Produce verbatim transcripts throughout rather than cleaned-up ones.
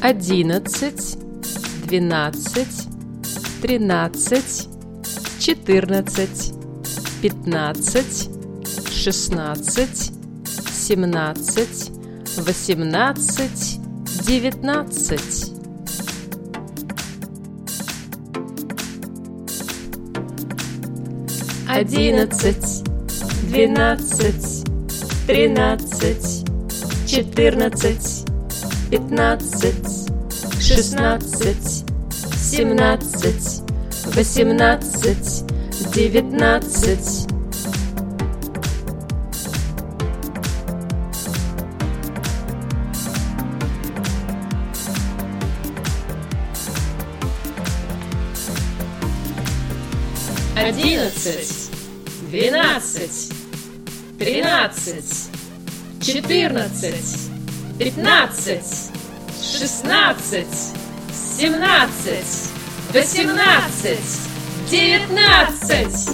одиннадцать, двенадцать, тринадцать, четырнадцать, пятнадцать, шестнадцать, семнадцать, восемнадцать, девятнадцать. Одиннадцать, двенадцать, тринадцать, четырнадцать, пятнадцать, шестнадцать, семнадцать, восемнадцать, девятнадцать. Одиннадцать, двенадцать, тринадцать, четырнадцать, пятнадцать, шестнадцать, семнадцать, восемнадцать, девятнадцать.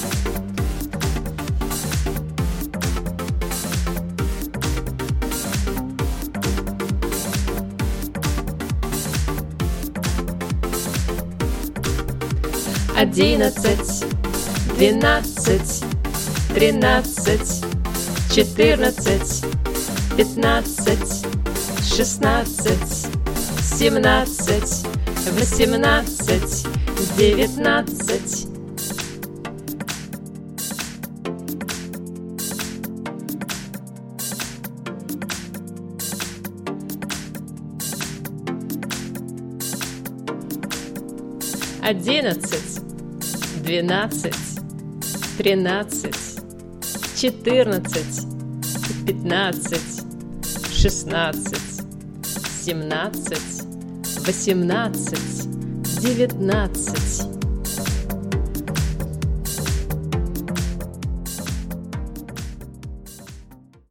Одиннадцать, двенадцать, тринадцать, четырнадцать, пятнадцать, шестнадцать, семнадцать, восемнадцать, девятнадцать. Одиннадцать, двенадцать, тринадцать, четырнадцать, пятнадцать, шестнадцать, семнадцать, восемнадцать, девятнадцать.